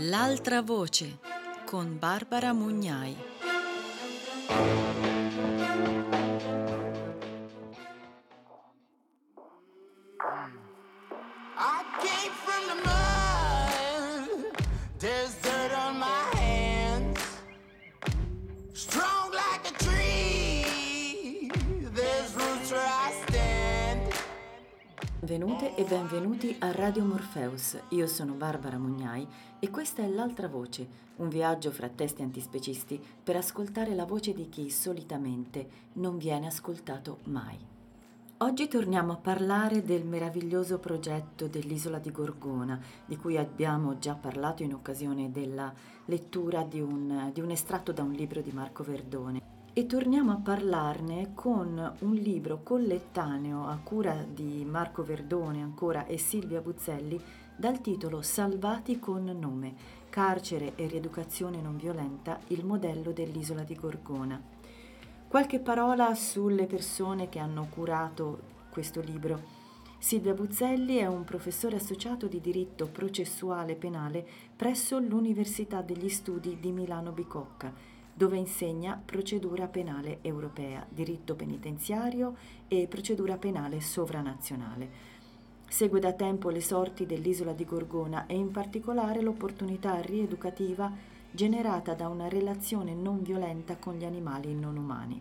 L'altra voce con Barbara Mugnai. I came from the mud. There's dirt on my hands. Strong like a tree. There's roots where I stand. Benvenute e benvenuti a Radio Morpheus. Io sono Barbara Mugnai e questa è L'altra voce, un viaggio fra testi antispecisti per ascoltare la voce di chi solitamente non viene ascoltato mai. Oggi torniamo a parlare del meraviglioso progetto dell'isola di Gorgona, di cui abbiamo già parlato in occasione della lettura di un estratto da un libro di Marco Verdone. E torniamo a parlarne con un libro collettaneo a cura di Marco Verdone ancora e Silvia Buzzelli dal titolo Salvati con nome, carcere e rieducazione non violenta, il modello dell'isola di Gorgona. Qualche parola sulle persone che hanno curato questo libro. Silvia Buzzelli è un professore associato di diritto processuale penale presso l'Università degli Studi di Milano Bicocca, dove insegna procedura penale europea, diritto penitenziario e procedura penale sovranazionale. Segue da tempo le sorti dell'isola di Gorgona e in particolare l'opportunità rieducativa generata da una relazione non violenta con gli animali non umani.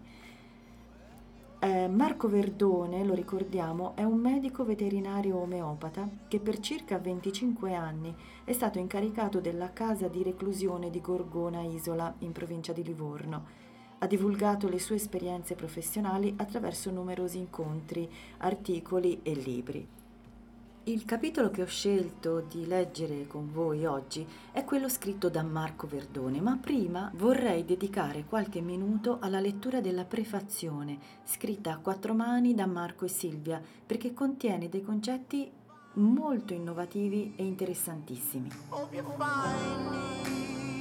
Marco Verdone, lo ricordiamo, è un medico veterinario omeopata che per circa 25 anni è stato incaricato della casa di reclusione di Gorgona Isola in provincia di Livorno. Ha divulgato le sue esperienze professionali attraverso numerosi incontri, articoli e libri. Il capitolo che ho scelto di leggere con voi oggi è quello scritto da Marco Verdone, ma prima vorrei dedicare qualche minuto alla lettura della prefazione, scritta a quattro mani da Marco e Silvia, perché contiene dei concetti molto innovativi e interessantissimi. Hope you find me.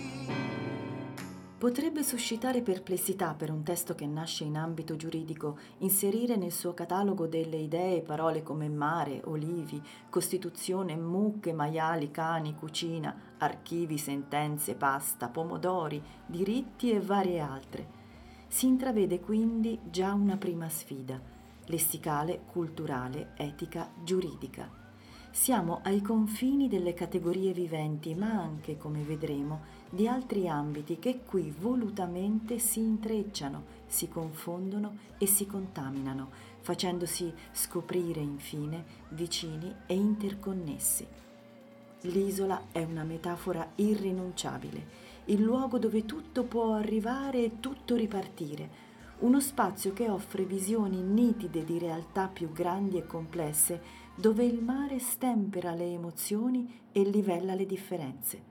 Potrebbe suscitare perplessità per un testo che nasce in ambito giuridico inserire nel suo catalogo delle idee parole come mare, olivi, costituzione, mucche, maiali, cani, cucina, archivi, sentenze, pasta, pomodori, diritti e varie altre. Si intravede quindi già una prima sfida, lessicale, culturale, etica, giuridica. Siamo ai confini delle categorie viventi, ma anche, come vedremo, di altri ambiti che qui volutamente si intrecciano, si confondono e si contaminano, facendosi scoprire infine vicini e interconnessi. L'isola è una metafora irrinunciabile, il luogo dove tutto può arrivare e tutto ripartire, uno spazio che offre visioni nitide di realtà più grandi e complesse, dove il mare stempera le emozioni e livella le differenze.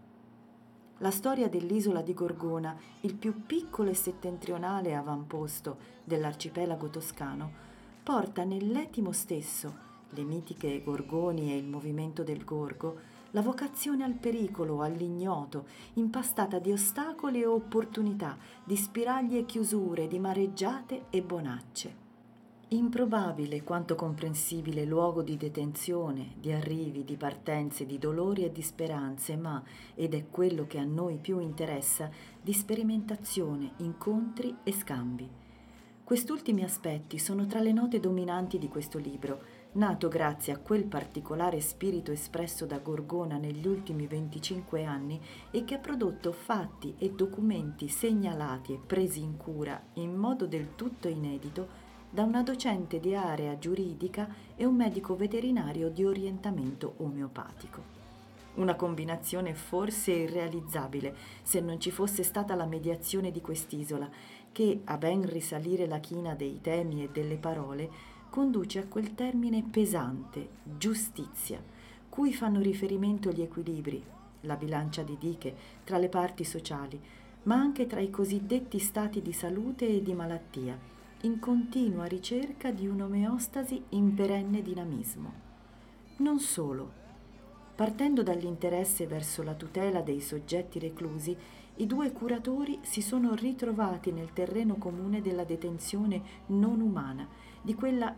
La storia dell'isola di Gorgona, il più piccolo e settentrionale avamposto dell'arcipelago toscano, porta nell'etimo stesso, le mitiche gorgoni e il movimento del gorgo, la vocazione al pericolo, all'ignoto, impastata di ostacoli e opportunità, di spiragli e chiusure, di mareggiate e bonacce. Improbabile quanto comprensibile luogo di detenzione, di arrivi, di partenze, di dolori e di speranze, ma, ed è quello che a noi più interessa, di sperimentazione, incontri e scambi. Quest'ultimi aspetti sono tra le note dominanti di questo libro, nato grazie a quel particolare spirito espresso da Gorgona negli ultimi 25 anni e che ha prodotto fatti e documenti segnalati e presi in cura in modo del tutto inedito da una docente di area giuridica e un medico veterinario di orientamento omeopatico. Una combinazione forse irrealizzabile se non ci fosse stata la mediazione di quest'isola che, a ben risalire la china dei temi e delle parole, conduce a quel termine pesante, giustizia, cui fanno riferimento gli equilibri, la bilancia di Dicke tra le parti sociali, ma anche tra i cosiddetti stati di salute e di malattia, in continua ricerca di un'omeostasi in perenne dinamismo. Non solo. Partendo dall'interesse verso la tutela dei soggetti reclusi, i due curatori si sono ritrovati nel terreno comune della detenzione non umana, di quella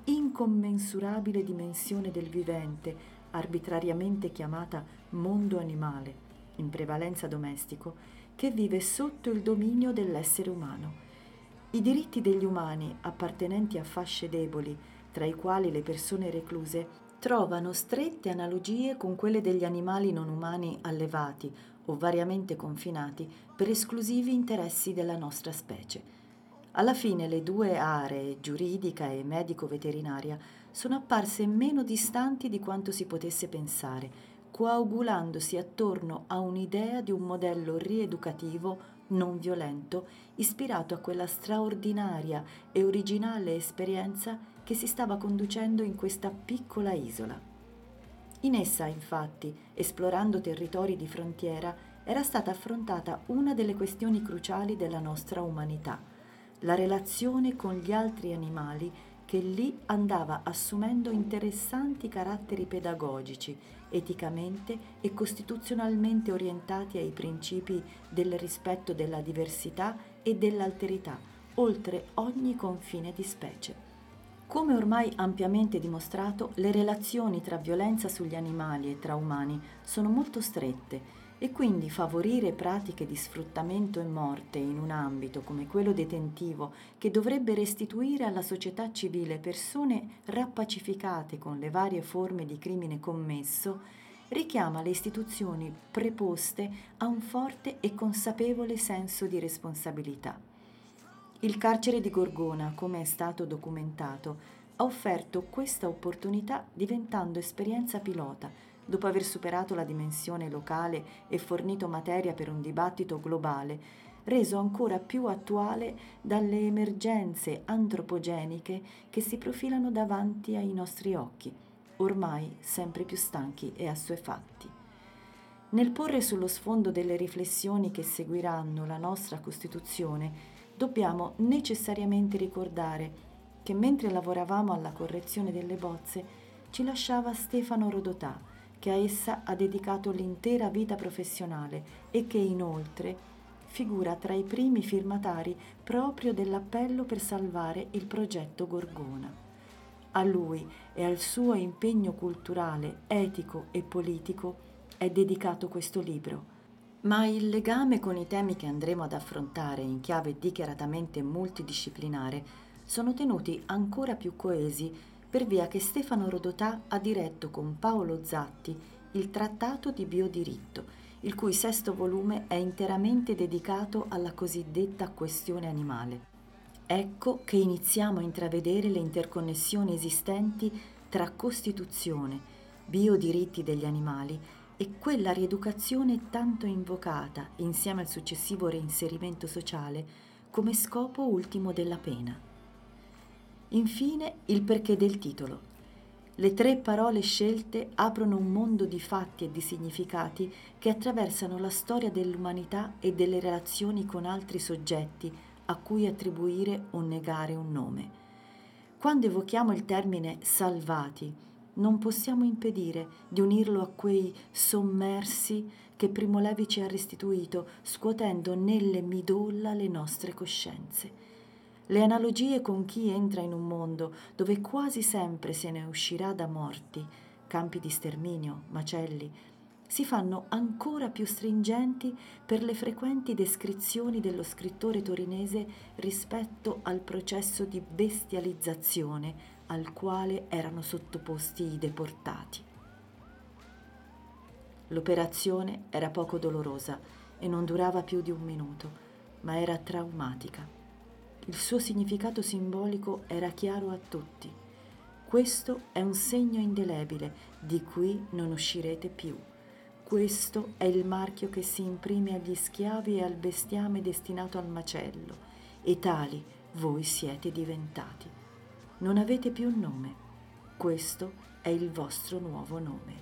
incommensurabile dimensione del vivente, arbitrariamente chiamata mondo animale, in prevalenza domestico, che vive sotto il dominio dell'essere umano. I diritti degli umani appartenenti a fasce deboli, tra i quali le persone recluse, trovano strette analogie con quelle degli animali non umani allevati o variamente confinati per esclusivi interessi della nostra specie. Alla fine le due aree, giuridica e medico-veterinaria, sono apparse meno distanti di quanto si potesse pensare, coagulandosi attorno a un'idea di un modello rieducativo non violento, ispirato a quella straordinaria e originale esperienza che si stava conducendo in questa piccola isola. In essa, infatti, esplorando territori di frontiera, era stata affrontata una delle questioni cruciali della nostra umanità, la relazione con gli altri animali che lì andava assumendo interessanti caratteri pedagogici, eticamente e costituzionalmente orientati ai principi del rispetto della diversità e dell'alterità, oltre ogni confine di specie. Come ormai ampiamente dimostrato, le relazioni tra violenza sugli animali e tra umani sono molto strette e quindi favorire pratiche di sfruttamento e morte in un ambito come quello detentivo, che dovrebbe restituire alla società civile persone rappacificate con le varie forme di crimine commesso, richiama le istituzioni preposte a un forte e consapevole senso di responsabilità. Il carcere di Gorgona, come è stato documentato, ha offerto questa opportunità diventando esperienza pilota, dopo aver superato la dimensione locale e fornito materia per un dibattito globale, reso ancora più attuale dalle emergenze antropogeniche che si profilano davanti ai nostri occhi, ormai sempre più stanchi e assuefatti. Nel porre sullo sfondo delle riflessioni che seguiranno la nostra Costituzione, dobbiamo necessariamente ricordare che mentre lavoravamo alla correzione delle bozze ci lasciava Stefano Rodotà, che a essa ha dedicato l'intera vita professionale e che inoltre figura tra i primi firmatari proprio dell'appello per salvare il progetto Gorgona. A lui e al suo impegno culturale, etico e politico è dedicato questo libro. Ma il legame con i temi che andremo ad affrontare in chiave dichiaratamente multidisciplinare sono tenuti ancora più coesi per via che Stefano Rodotà ha diretto con Paolo Zatti il Trattato di Biodiritto, il cui sesto volume è interamente dedicato alla cosiddetta questione animale. Ecco che iniziamo a intravedere le interconnessioni esistenti tra Costituzione, biodiritti degli animali e quella rieducazione tanto invocata, insieme al successivo reinserimento sociale, come scopo ultimo della pena. Infine, il perché del titolo. Le tre parole scelte aprono un mondo di fatti e di significati che attraversano la storia dell'umanità e delle relazioni con altri soggetti a cui attribuire o negare un nome. Quando evochiamo il termine salvati, non possiamo impedire di unirlo a quei sommersi che Primo Levi ci ha restituito, scuotendo nelle midolla le nostre coscienze. Le analogie con chi entra in un mondo dove quasi sempre se ne uscirà da morti, campi di sterminio, macelli, si fanno ancora più stringenti per le frequenti descrizioni dello scrittore torinese rispetto al processo di bestializzazione al quale erano sottoposti i deportati. L'operazione era poco dolorosa e non durava più di un minuto, ma era traumatica. Il suo significato simbolico era chiaro a tutti. Questo è un segno indelebile, di cui non uscirete più. Questo è il marchio che si imprime agli schiavi e al bestiame destinato al macello, e tali voi siete diventati. Non avete più un nome. Questo è il vostro nuovo nome.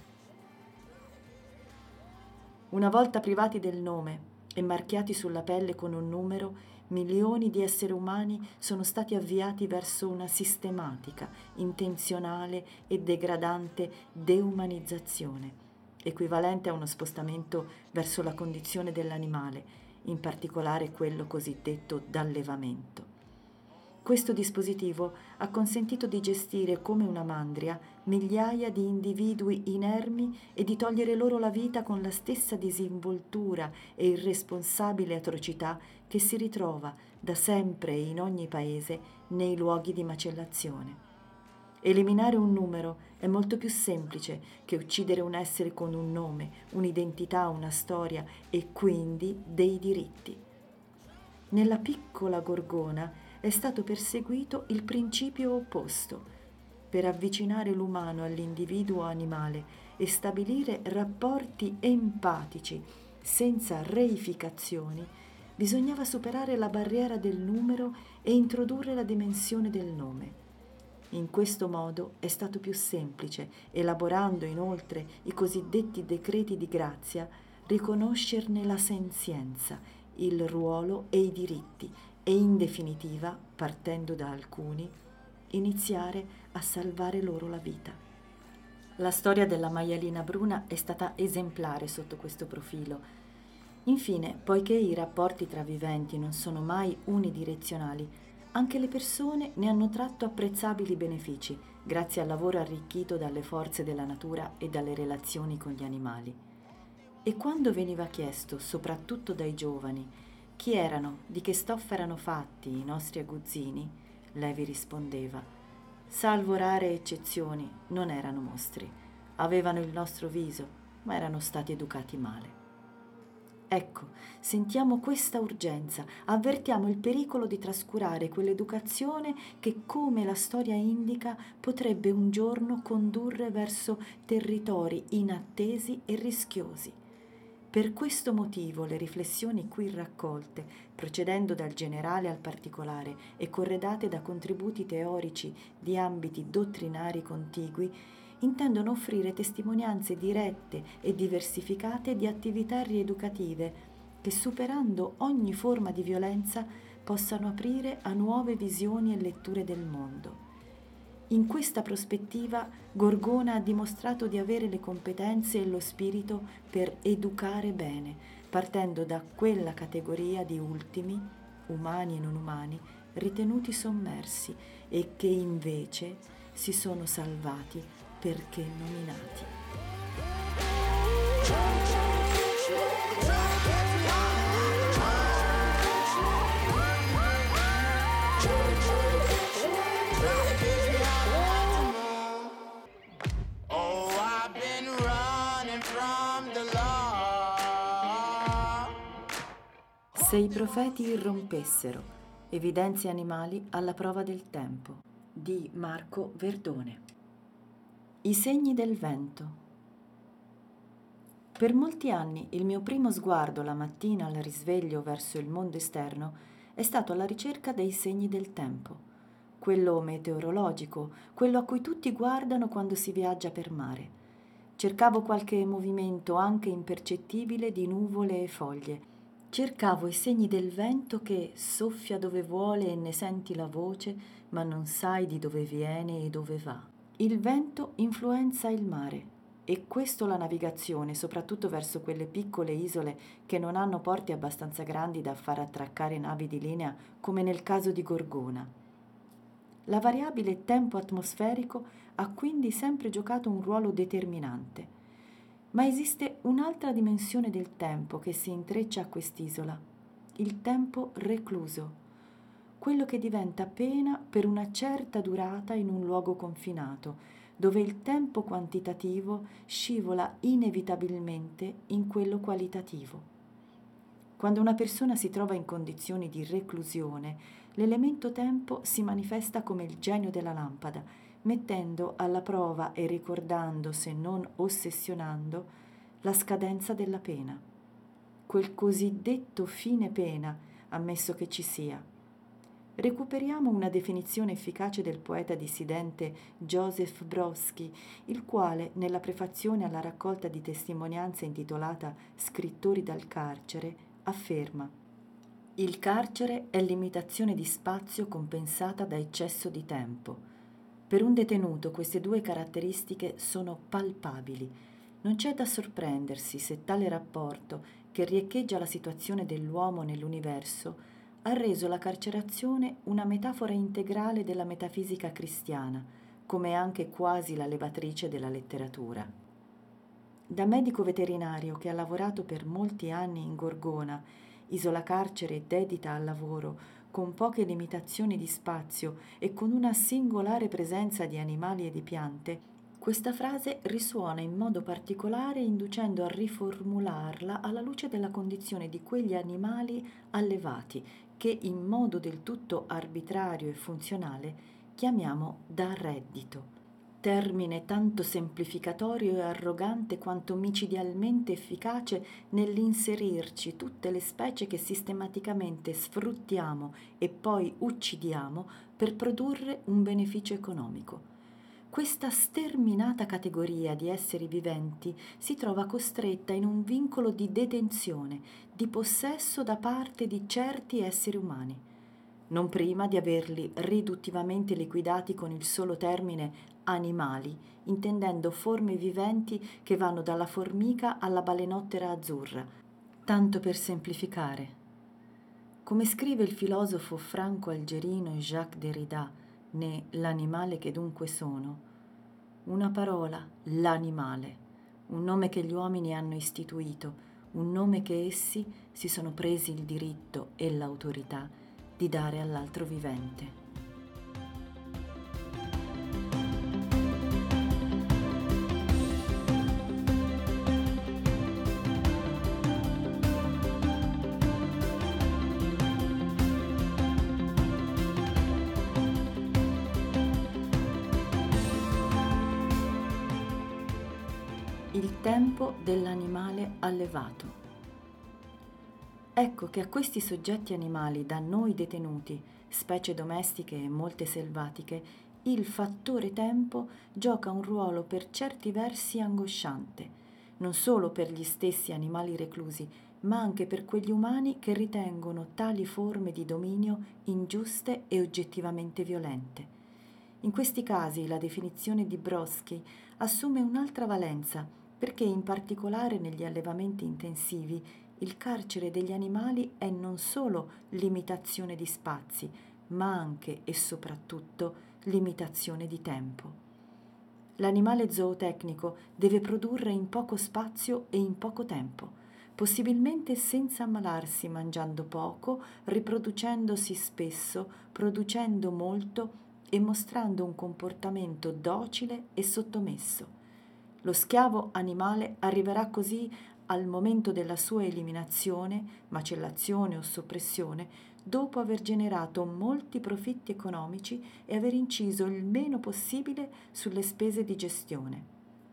Una volta privati del nome e marchiati sulla pelle con un numero, milioni di esseri umani sono stati avviati verso una sistematica, intenzionale e degradante deumanizzazione, equivalente a uno spostamento verso la condizione dell'animale, in particolare quello cosiddetto d'allevamento. Questo dispositivo ha consentito di gestire come una mandria migliaia di individui inermi e di togliere loro la vita con la stessa disinvoltura e irresponsabile atrocità che si ritrova da sempre e in ogni paese nei luoghi di macellazione. Eliminare un numero è molto più semplice che uccidere un essere con un nome, un'identità, una storia e quindi dei diritti. Nella piccola Gorgona è stato perseguito il principio opposto. Per avvicinare l'umano all'individuo animale e stabilire rapporti empatici senza reificazioni, bisognava superare la barriera del numero e introdurre la dimensione del nome. In questo modo è stato più semplice, elaborando inoltre i cosiddetti decreti di grazia, riconoscerne la senzienza, il ruolo e i diritti e in definitiva, partendo da alcuni, iniziare a salvare loro la vita. La storia della maialina bruna è stata esemplare sotto questo profilo. Infine, poiché i rapporti tra viventi non sono mai unidirezionali, anche le persone ne hanno tratto apprezzabili benefici, grazie al lavoro arricchito dalle forze della natura e dalle relazioni con gli animali. E quando veniva chiesto, soprattutto dai giovani, chi erano, di che stoffa erano fatti i nostri aguzzini, lei vi rispondeva: salvo rare eccezioni, non erano mostri. Avevano il nostro viso, ma erano stati educati male. Ecco, sentiamo questa urgenza, avvertiamo il pericolo di trascurare quell'educazione che, come la storia indica, potrebbe un giorno condurre verso territori inattesi e rischiosi. Per questo motivo le riflessioni qui raccolte, procedendo dal generale al particolare e corredate da contributi teorici di ambiti dottrinari contigui, intendono offrire testimonianze dirette e diversificate di attività rieducative che, superando ogni forma di violenza, possano aprire a nuove visioni e letture del mondo. In questa prospettiva, Gorgona ha dimostrato di avere le competenze e lo spirito per educare bene, partendo da quella categoria di ultimi, umani e non umani, ritenuti sommersi e che invece si sono salvati perché nominati. Oh, I've been running from the law. Se i profeti irrompessero, evidenze animali alla prova del tempo, di Marco Verdone. I segni del vento. Per molti anni il mio primo sguardo la mattina al risveglio verso il mondo esterno è stato alla ricerca dei segni del tempo, quello meteorologico, quello a cui tutti guardano quando si viaggia per mare. Cercavo qualche movimento anche impercettibile di nuvole e foglie. Cercavo i segni del vento che soffia dove vuole e ne senti la voce, ma non sai di dove viene e dove va. Il vento influenza il mare e questo la navigazione, soprattutto verso quelle piccole isole che non hanno porti abbastanza grandi da far attraccare navi di linea, come nel caso di Gorgona. La variabile tempo atmosferico ha quindi sempre giocato un ruolo determinante. Ma esiste un'altra dimensione del tempo che si intreccia a quest'isola, il tempo recluso, quello che diventa pena per una certa durata in un luogo confinato, dove il tempo quantitativo scivola inevitabilmente in quello qualitativo. Quando una persona si trova in condizioni di reclusione, l'elemento tempo si manifesta come il genio della lampada, mettendo alla prova e ricordando, se non ossessionando, la scadenza della pena. Quel cosiddetto fine pena, ammesso che ci sia. Recuperiamo una definizione efficace del poeta dissidente Joseph Brodsky, il quale, nella prefazione alla raccolta di testimonianze intitolata Scrittori dal carcere, afferma: il carcere è limitazione di spazio compensata da eccesso di tempo. Per un detenuto queste due caratteristiche sono palpabili. Non c'è da sorprendersi se tale rapporto, che riecheggia la situazione dell'uomo nell'universo, ha reso la carcerazione una metafora integrale della metafisica cristiana, come anche quasi la levatrice della letteratura. Da medico veterinario che ha lavorato per molti anni in Gorgona, isola carcere dedita al lavoro, con poche limitazioni di spazio e con una singolare presenza di animali e di piante, questa frase risuona in modo particolare inducendo a riformularla alla luce della condizione di quegli animali allevati che in modo del tutto arbitrario e funzionale chiamiamo da reddito. Termine tanto semplificatorio e arrogante quanto micidialmente efficace nell'inserirci tutte le specie che sistematicamente sfruttiamo e poi uccidiamo per produrre un beneficio economico. Questa sterminata categoria di esseri viventi si trova costretta in un vincolo di detenzione, di possesso da parte di certi esseri umani, non prima di averli riduttivamente liquidati con il solo termine animali, intendendo forme viventi che vanno dalla formica alla balenottera azzurra, tanto per semplificare. Come scrive il filosofo franco-algerino Jacques Derrida, né l'animale che dunque sono, una parola, l'animale, un nome che gli uomini hanno istituito, un nome che essi si sono presi il diritto e l'autorità di dare all'altro vivente. Il tempo dell'animale allevato. Ecco che a questi soggetti animali da noi detenuti, specie domestiche e molte selvatiche, il fattore tempo gioca un ruolo per certi versi angosciante, non solo per gli stessi animali reclusi, ma anche per quegli umani che ritengono tali forme di dominio ingiuste e oggettivamente violente. In questi casi la definizione di Brodsky assume un'altra valenza, perché in particolare negli allevamenti intensivi il carcere degli animali è non solo limitazione di spazi, ma anche e soprattutto limitazione di tempo. L'animale zootecnico deve produrre in poco spazio e in poco tempo, possibilmente senza ammalarsi, mangiando poco, riproducendosi spesso, producendo molto e mostrando un comportamento docile e sottomesso. Lo schiavo animale arriverà così al momento della sua eliminazione, macellazione o soppressione, dopo aver generato molti profitti economici e aver inciso il meno possibile sulle spese di gestione.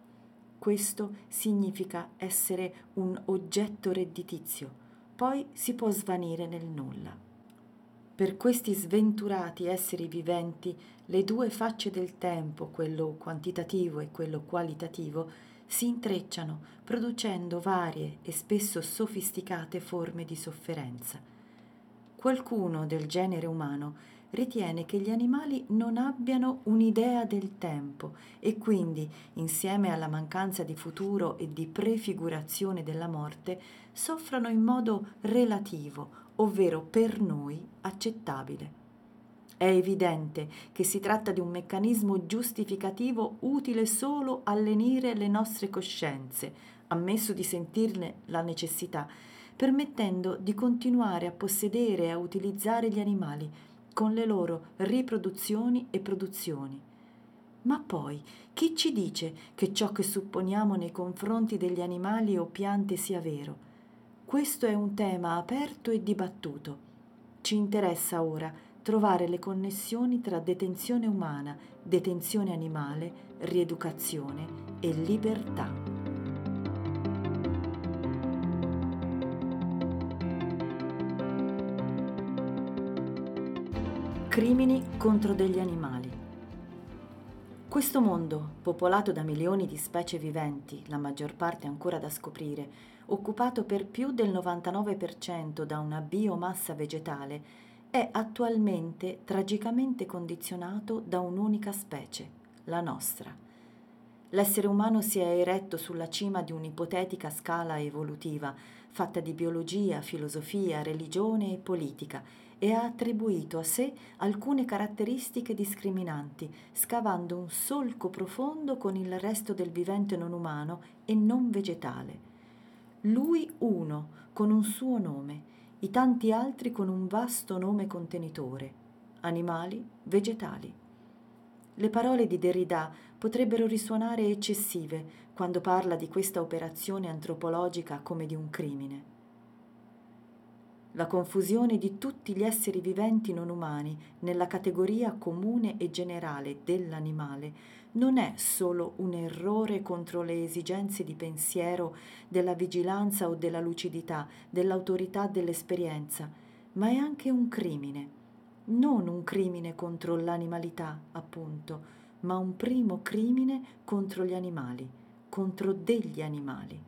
Questo significa essere un oggetto redditizio, poi si può svanire nel nulla. Per questi sventurati esseri viventi, le due facce del tempo, quello quantitativo e quello qualitativo, si intrecciano, producendo varie e spesso sofisticate forme di sofferenza. Qualcuno del genere umano ritiene che gli animali non abbiano un'idea del tempo e quindi, insieme alla mancanza di futuro e di prefigurazione della morte, soffrano in modo relativo, ovvero per noi accettabile. È evidente che si tratta di un meccanismo giustificativo utile solo a lenire le nostre coscienze, ammesso di sentirne la necessità, permettendo di continuare a possedere e a utilizzare gli animali con le loro riproduzioni e produzioni. Ma poi, chi ci dice che ciò che supponiamo nei confronti degli animali o piante sia vero? Questo è un tema aperto e dibattuto. Ci interessa ora trovare le connessioni tra detenzione umana, detenzione animale, rieducazione e libertà. Crimini contro degli animali. Questo mondo, popolato da milioni di specie viventi, la maggior parte ancora da scoprire, occupato per più del 99% da una biomassa vegetale, è attualmente tragicamente condizionato da un'unica specie, la nostra. L'essere umano si è eretto sulla cima di un'ipotetica scala evolutiva, fatta di biologia, filosofia, religione e politica, e ha attribuito a sé alcune caratteristiche discriminanti, scavando un solco profondo con il resto del vivente non umano e non vegetale. Lui uno, con un suo nome, i tanti altri con un vasto nome contenitore, animali, vegetali. Le parole di Derrida potrebbero risuonare eccessive quando parla di questa operazione antropologica come di un crimine. La confusione di tutti gli esseri viventi non umani nella categoria comune e generale dell'animale non è solo un errore contro le esigenze di pensiero, della vigilanza o della lucidità, dell'autorità dell'esperienza, ma è anche un crimine. Non un crimine contro l'animalità, appunto, ma un primo crimine contro gli animali, contro degli animali.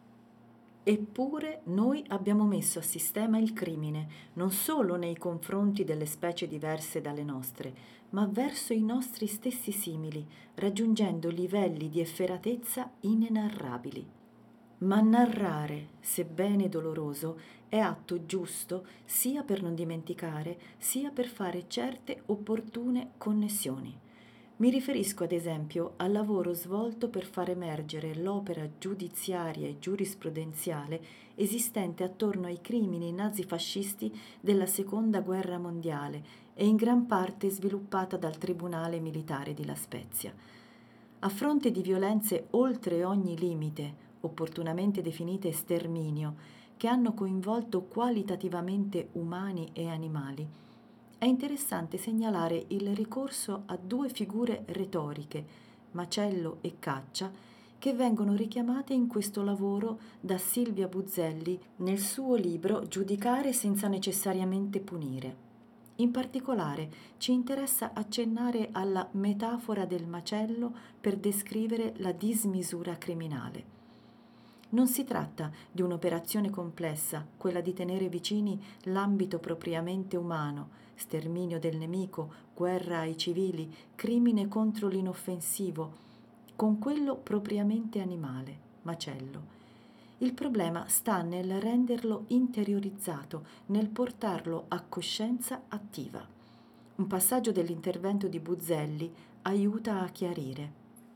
Eppure noi abbiamo messo a sistema il crimine, non solo nei confronti delle specie diverse dalle nostre, ma verso i nostri stessi simili, raggiungendo livelli di efferatezza inenarrabili. Ma narrare, sebbene doloroso, è atto giusto sia per non dimenticare, sia per fare certe opportune connessioni. Mi riferisco ad esempio al lavoro svolto per far emergere l'opera giudiziaria e giurisprudenziale esistente attorno ai crimini nazifascisti della Seconda Guerra Mondiale e in gran parte sviluppata dal Tribunale Militare di La Spezia. A fronte di violenze oltre ogni limite, opportunamente definite sterminio, che hanno coinvolto qualitativamente umani e animali, è interessante segnalare il ricorso a due figure retoriche, macello e caccia, che vengono richiamate in questo lavoro da Silvia Buzzelli nel suo libro Giudicare senza necessariamente punire. In particolare ci interessa accennare alla metafora del macello per descrivere la dismisura criminale. Non si tratta di un'operazione complessa, quella di tenere vicini l'ambito propriamente umano, sterminio del nemico, guerra ai civili, crimine contro l'inoffensivo, con quello propriamente animale, macello. Il problema sta nel renderlo interiorizzato, nel portarlo a coscienza attiva. Un passaggio dell'intervento di Buzzelli aiuta a chiarire.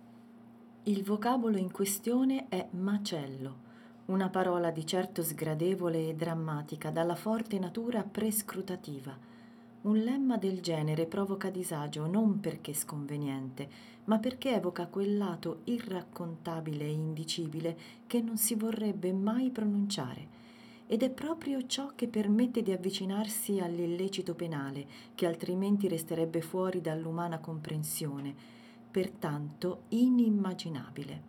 Il vocabolo in questione è macello, una parola di certo sgradevole e drammatica, dalla forte natura prescrutativa. Un lemma del genere provoca disagio non perché sconveniente, ma perché evoca quel lato irraccontabile e indicibile che non si vorrebbe mai pronunciare. Ed è proprio ciò che permette di avvicinarsi all'illecito penale, che altrimenti resterebbe fuori dall'umana comprensione, pertanto inimmaginabile.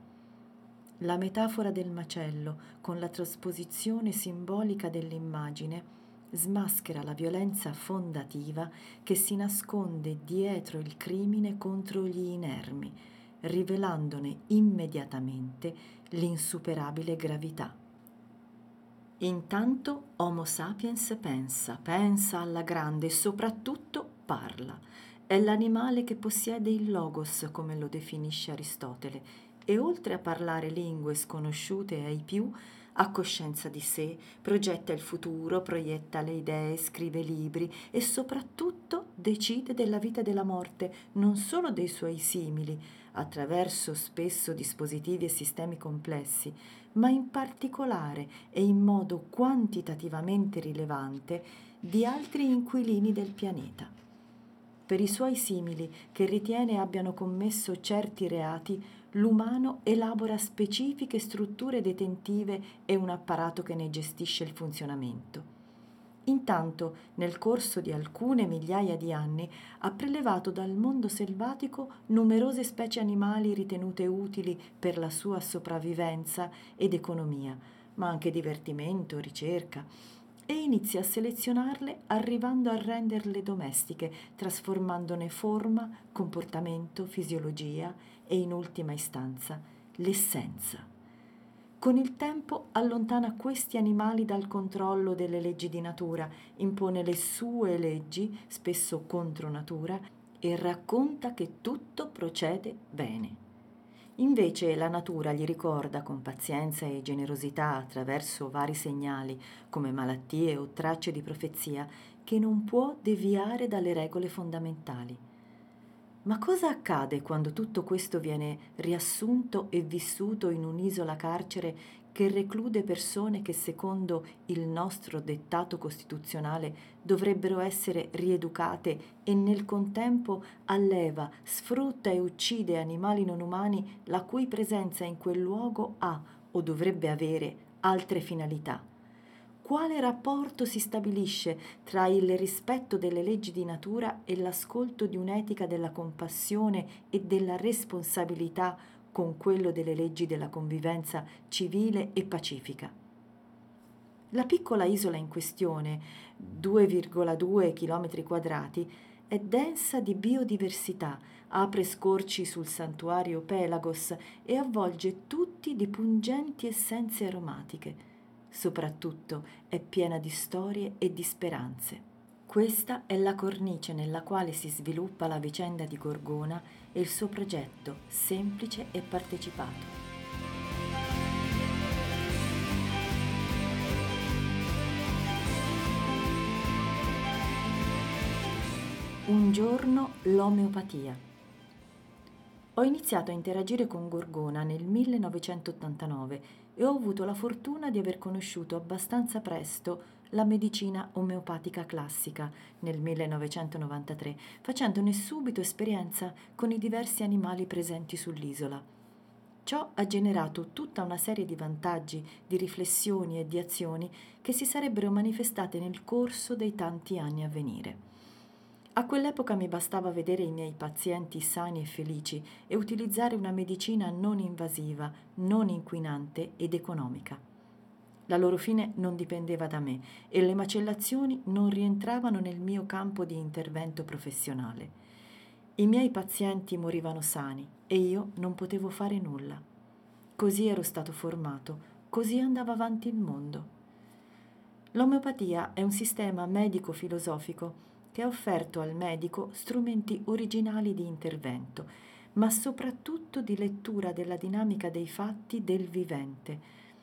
La metafora del macello, con la trasposizione simbolica dell'immagine, smaschera la violenza fondativa che si nasconde dietro il crimine contro gli inermi, rivelandone immediatamente l'insuperabile gravità. Intanto Homo sapiens pensa alla grande e soprattutto parla. È l'animale che possiede il logos, come lo definisce Aristotele, e oltre a parlare lingue sconosciute ai più, ha coscienza di sé, progetta il futuro, proietta le idee, scrive libri e soprattutto decide della vita e della morte, non solo dei suoi simili, attraverso spesso dispositivi e sistemi complessi, ma in particolare e in modo quantitativamente rilevante di altri inquilini del pianeta. Per i suoi simili, che ritiene abbiano commesso certi reati, l'umano elabora specifiche strutture detentive e un apparato che ne gestisce il funzionamento. Intanto, nel corso di alcune migliaia di anni, ha prelevato dal mondo selvatico numerose specie animali ritenute utili per la sua sopravvivenza ed economia, ma anche divertimento, ricerca, e inizia a selezionarle arrivando a renderle domestiche, trasformandone forma, comportamento, fisiologia e in ultima istanza l'essenza. Con il tempo allontana questi animali dal controllo delle leggi di natura, impone le sue leggi, spesso contro natura, e racconta che tutto procede bene. Invece la natura gli ricorda con pazienza e generosità, attraverso vari segnali, come malattie o tracce di profezia, che non può deviare dalle regole fondamentali. Ma cosa accade quando tutto questo viene riassunto e vissuto in un'isola carcere che reclude persone che secondo il nostro dettato costituzionale dovrebbero essere rieducate e nel contempo alleva, sfrutta e uccide animali non umani la cui presenza in quel luogo ha o dovrebbe avere altre finalità? Quale rapporto si stabilisce tra il rispetto delle leggi di natura e l'ascolto di un'etica della compassione e della responsabilità con quello delle leggi della convivenza civile e pacifica? La piccola isola in questione, 2,2 km quadrati, è densa di biodiversità, apre scorci sul santuario Pelagos e avvolge tutti di pungenti essenze aromatiche. Soprattutto è piena di storie e di speranze. Questa è la cornice nella quale si sviluppa la vicenda di Gorgona e il suo progetto semplice e partecipato. Un giorno l'omeopatia. Ho iniziato a interagire con Gorgona nel 1989 e ho avuto la fortuna di aver conosciuto abbastanza presto la medicina omeopatica classica nel 1993, facendone subito esperienza con i diversi animali presenti sull'isola. Ciò ha generato tutta una serie di vantaggi, di riflessioni e di azioni che si sarebbero manifestate nel corso dei tanti anni a venire. A quell'epoca mi bastava vedere i miei pazienti sani e felici e utilizzare una medicina non invasiva, non inquinante ed economica. La loro fine non dipendeva da me e le macellazioni non rientravano nel mio campo di intervento professionale. I miei pazienti morivano sani e io non potevo fare nulla. Così ero stato formato, così andava avanti il mondo. L'omeopatia è un sistema medico-filosofico che ha offerto al medico strumenti originali di intervento, ma soprattutto di lettura della dinamica dei fatti del vivente.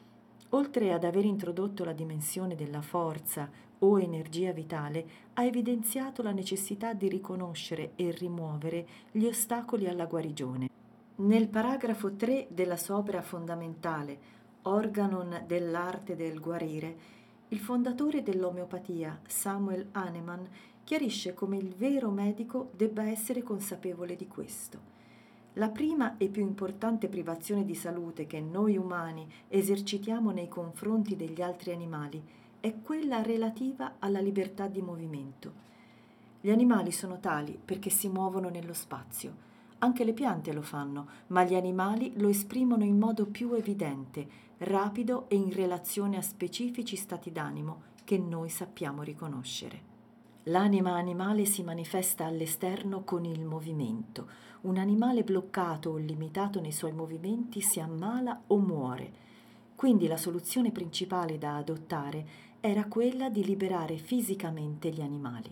Oltre ad aver introdotto la dimensione della forza o energia vitale, ha evidenziato la necessità di riconoscere e rimuovere gli ostacoli alla guarigione. Nel paragrafo 3 della sua opera fondamentale, Organon dell'arte del guarire, il fondatore dell'omeopatia, Samuel Hahnemann, chiarisce come il vero medico debba essere consapevole di questo. La prima e più importante privazione di salute che noi umani esercitiamo nei confronti degli altri animali è quella relativa alla libertà di movimento. Gli animali sono tali perché si muovono nello spazio. Anche le piante lo fanno, ma gli animali lo esprimono in modo più evidente, rapido e in relazione a specifici stati d'animo che noi sappiamo riconoscere. L'anima animale si manifesta all'esterno con il movimento. Un animale bloccato o limitato nei suoi movimenti si ammala o muore. Quindi la soluzione principale da adottare era quella di liberare fisicamente gli animali.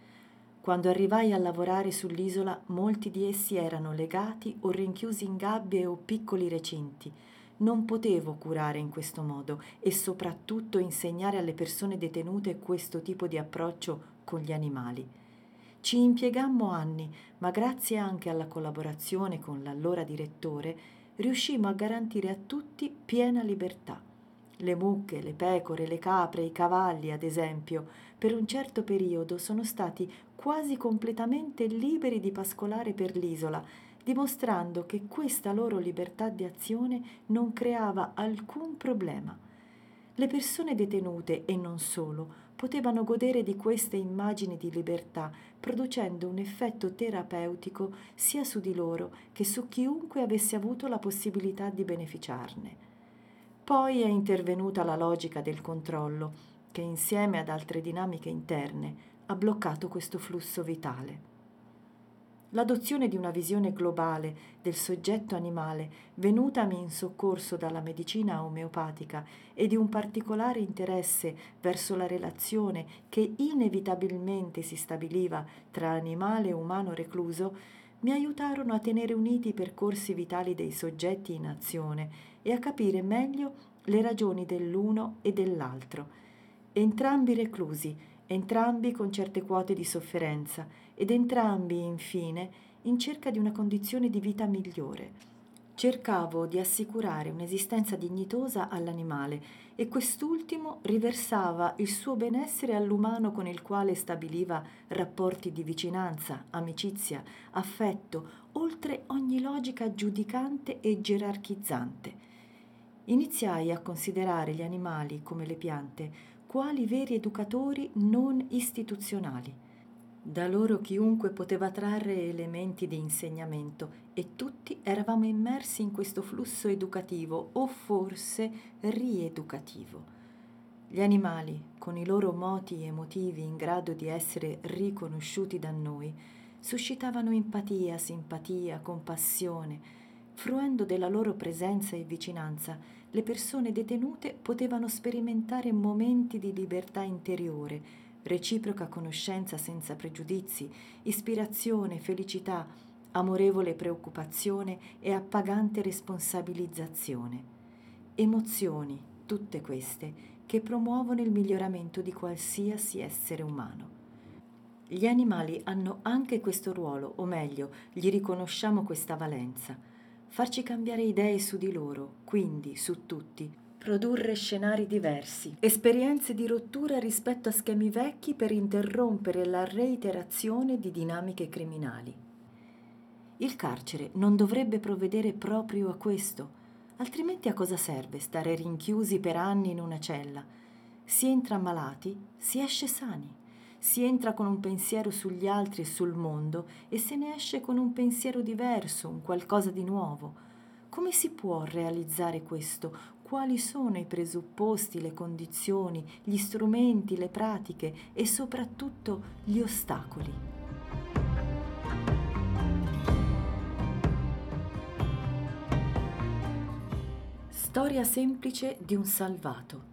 Quando arrivai a lavorare sull'isola, molti di essi erano legati o rinchiusi in gabbie o piccoli recinti. Non potevo curare in questo modo e soprattutto insegnare alle persone detenute questo tipo di approccio con gli animali. Ci impiegammo anni, ma grazie anche alla collaborazione con l'allora direttore, riuscimmo a garantire a tutti piena libertà. Le mucche, le pecore, le capre, i cavalli, ad esempio, per un certo periodo sono stati quasi completamente liberi di pascolare per l'isola, dimostrando che questa loro libertà di azione non creava alcun problema. Le persone detenute, e non solo, potevano godere di queste immagini di libertà, producendo un effetto terapeutico sia su di loro che su chiunque avesse avuto la possibilità di beneficiarne. Poi è intervenuta la logica del controllo, che insieme ad altre dinamiche interne ha bloccato questo flusso vitale. L'adozione di una visione globale del soggetto animale venutami in soccorso dalla medicina omeopatica e di un particolare interesse verso la relazione che inevitabilmente si stabiliva tra animale e umano recluso, mi aiutarono a tenere uniti i percorsi vitali dei soggetti in azione e a capire meglio le ragioni dell'uno e dell'altro. Entrambi reclusi, entrambi con certe quote di sofferenza ed entrambi, infine, in cerca di una condizione di vita migliore. Cercavo di assicurare un'esistenza dignitosa all'animale e quest'ultimo riversava il suo benessere all'umano con il quale stabiliva rapporti di vicinanza, amicizia, affetto, oltre ogni logica giudicante e gerarchizzante. Iniziai a considerare gli animali, come le piante, quali veri educatori non istituzionali. Da loro chiunque poteva trarre elementi di insegnamento e tutti eravamo immersi in questo flusso educativo o forse rieducativo. Gli animali, con i loro moti emotivi in grado di essere riconosciuti da noi, suscitavano empatia, simpatia, compassione. Fruendo della loro presenza e vicinanza, le persone detenute potevano sperimentare momenti di libertà interiore, reciproca conoscenza senza pregiudizi, ispirazione, felicità, amorevole preoccupazione e appagante responsabilizzazione. Emozioni, tutte queste, che promuovono il miglioramento di qualsiasi essere umano. Gli animali hanno anche questo ruolo, o meglio, gli riconosciamo questa valenza. Farci cambiare idee su di loro, quindi su tutti, produrre scenari diversi, esperienze di rottura rispetto a schemi vecchi per interrompere la reiterazione di dinamiche criminali. Il carcere non dovrebbe provvedere proprio a questo, altrimenti a cosa serve stare rinchiusi per anni in una cella? Si entra malati, si esce sani, si entra con un pensiero sugli altri e sul mondo e se ne esce con un pensiero diverso, un qualcosa di nuovo. Come si può realizzare questo? Quali sono i presupposti, le condizioni, gli strumenti, le pratiche e soprattutto gli ostacoli? Storia semplice di un salvato.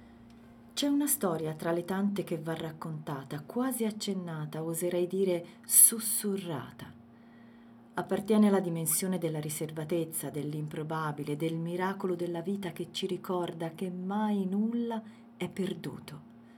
C'è una storia tra le tante che va raccontata, quasi accennata, oserei dire sussurrata. Appartiene alla dimensione della riservatezza, dell'improbabile, del miracolo della vita che ci ricorda che mai nulla è perduto.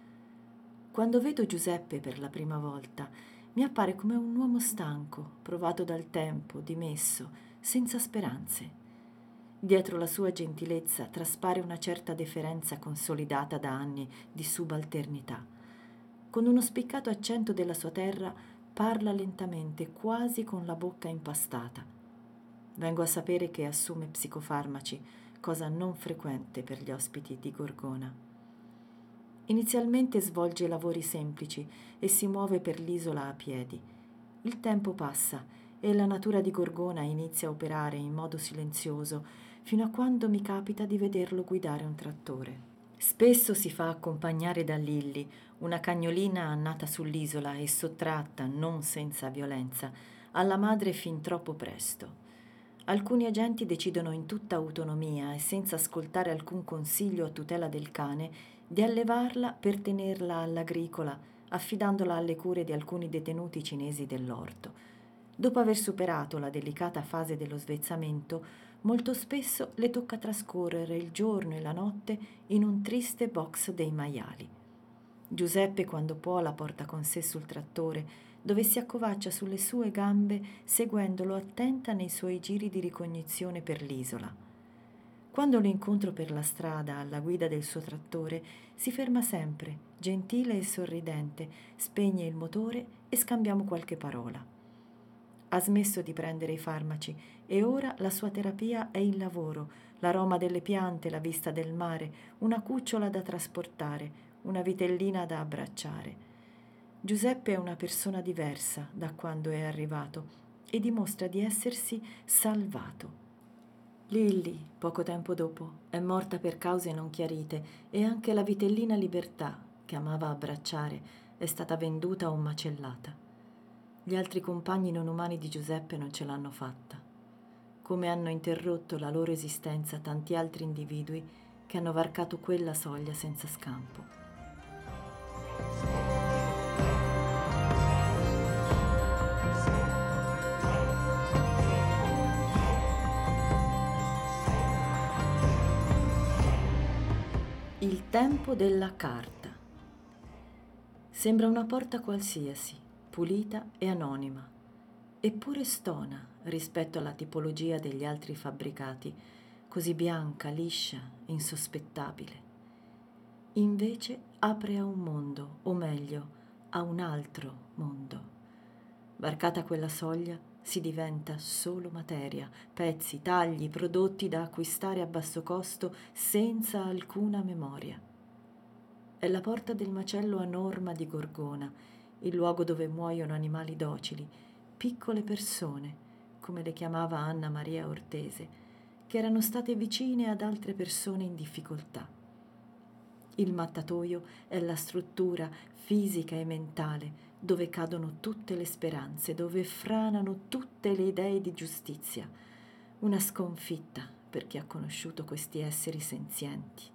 Quando vedo Giuseppe per la prima volta, mi appare come un uomo stanco, provato dal tempo, dimesso, senza speranze. Dietro la sua gentilezza traspare una certa deferenza consolidata da anni di subalternità. Con uno spiccato accento della sua terra, parla lentamente, quasi con la bocca impastata. Vengo a sapere che assume psicofarmaci, cosa non frequente per gli ospiti di Gorgona. Inizialmente svolge lavori semplici e si muove per l'isola a piedi. Il tempo passa e la natura di Gorgona inizia a operare in modo silenzioso, fino a quando mi capita di vederlo guidare un trattore. Spesso si fa accompagnare da Lilly, una cagnolina nata sull'isola e sottratta, non senza violenza, alla madre fin troppo presto. Alcuni agenti decidono in tutta autonomia e senza ascoltare alcun consiglio a tutela del cane di allevarla per tenerla all'agricola, affidandola alle cure di alcuni detenuti cinesi dell'orto. Dopo aver superato la delicata fase dello svezzamento, molto spesso le tocca trascorrere il giorno e la notte in un triste box dei maiali. Giuseppe, quando può, la porta con sé sul trattore, dove si accovaccia sulle sue gambe seguendolo attenta nei suoi giri di ricognizione per l'isola. Quando lo incontro per la strada alla guida del suo trattore, si ferma sempre, gentile e sorridente, spegne il motore e scambiamo qualche parola. Ha smesso di prendere i farmaci e ora la sua terapia è il lavoro, l'aroma delle piante, la vista del mare, una cucciola da trasportare, una vitellina da abbracciare. Giuseppe è una persona diversa da quando è arrivato e dimostra di essersi salvato. Lilly, poco tempo dopo, è morta per cause non chiarite e anche la vitellina Libertà, che amava abbracciare, è stata venduta o macellata. Gli altri compagni non umani di Giuseppe non ce l'hanno fatta. Come hanno interrotto la loro esistenza tanti altri individui che hanno varcato quella soglia senza scampo. Il tempo della carta. Sembra una porta qualsiasi, pulita e anonima, eppure stona rispetto alla tipologia degli altri fabbricati, così bianca, liscia, insospettabile. Invece apre a un mondo, o meglio, a un altro mondo. Varcata quella soglia, si diventa solo materia, pezzi, tagli, prodotti da acquistare a basso costo senza alcuna memoria. È la porta del macello a norma di Gorgona, il luogo dove muoiono animali docili, piccole persone, come le chiamava Anna Maria Ortese, che erano state vicine ad altre persone in difficoltà. Il mattatoio è la struttura fisica e mentale dove cadono tutte le speranze, dove franano tutte le idee di giustizia. Una sconfitta per chi ha conosciuto questi esseri senzienti.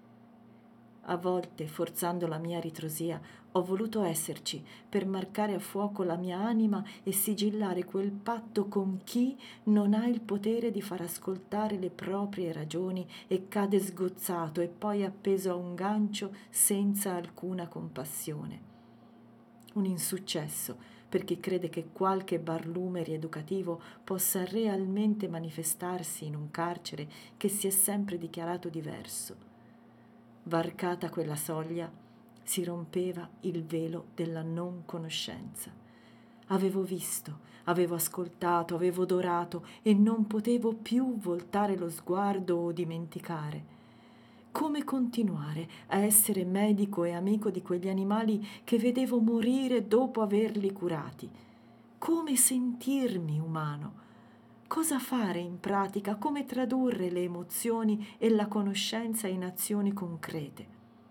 A volte, forzando la mia ritrosia, ho voluto esserci per marcare a fuoco la mia anima e sigillare quel patto con chi non ha il potere di far ascoltare le proprie ragioni e cade sgozzato e poi appeso a un gancio senza alcuna compassione. Un insuccesso per chi crede che qualche barlume rieducativo possa realmente manifestarsi in un carcere che si è sempre dichiarato diverso. Varcata quella soglia, si rompeva il velo della non conoscenza. Avevo visto, avevo ascoltato, avevo odorato e non potevo più voltare lo sguardo o dimenticare. Come continuare a essere medico e amico di quegli animali che vedevo morire dopo averli curati? Come sentirmi umano? Cosa fare in pratica? Come tradurre le emozioni e la conoscenza in azioni concrete?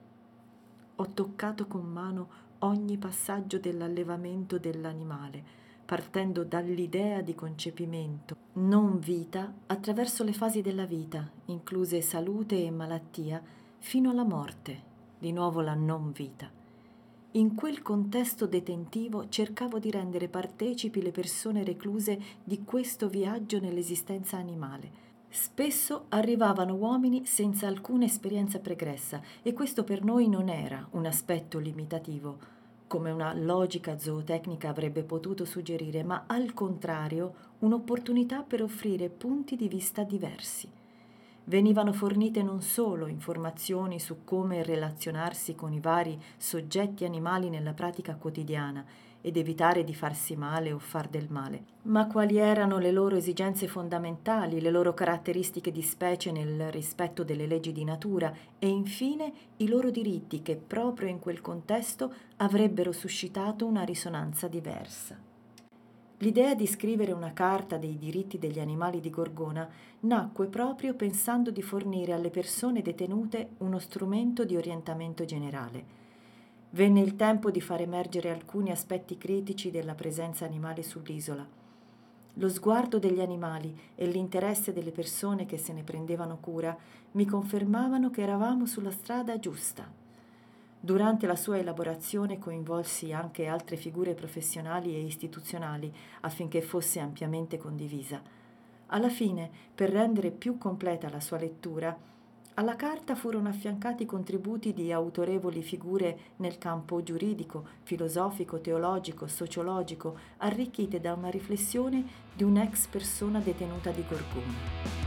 Ho toccato con mano ogni passaggio dell'allevamento dell'animale, partendo dall'idea di concepimento, non vita, attraverso le fasi della vita, incluse salute e malattia, fino alla morte, di nuovo la non vita. In quel contesto detentivo cercavo di rendere partecipi le persone recluse di questo viaggio nell'esistenza animale. Spesso arrivavano uomini senza alcuna esperienza pregressa e questo per noi non era un aspetto limitativo, come una logica zootecnica avrebbe potuto suggerire, ma al contrario un'opportunità per offrire punti di vista diversi. Venivano fornite non solo informazioni su come relazionarsi con i vari soggetti animali nella pratica quotidiana ed evitare di farsi male o far del male, ma quali erano le loro esigenze fondamentali, le loro caratteristiche di specie nel rispetto delle leggi di natura e infine i loro diritti che proprio in quel contesto avrebbero suscitato una risonanza diversa. L'idea di scrivere una carta dei diritti degli animali di Gorgona nacque proprio pensando di fornire alle persone detenute uno strumento di orientamento generale. Venne il tempo di far emergere alcuni aspetti critici della presenza animale sull'isola. Lo sguardo degli animali e l'interesse delle persone che se ne prendevano cura mi confermavano che eravamo sulla strada giusta. Durante la sua elaborazione coinvolsi anche altre figure professionali e istituzionali affinché fosse ampiamente condivisa. Alla fine, per rendere più completa la sua lettura, alla carta furono affiancati contributi di autorevoli figure nel campo giuridico, filosofico, teologico, sociologico, arricchite da una riflessione di un'ex persona detenuta di Gorgona.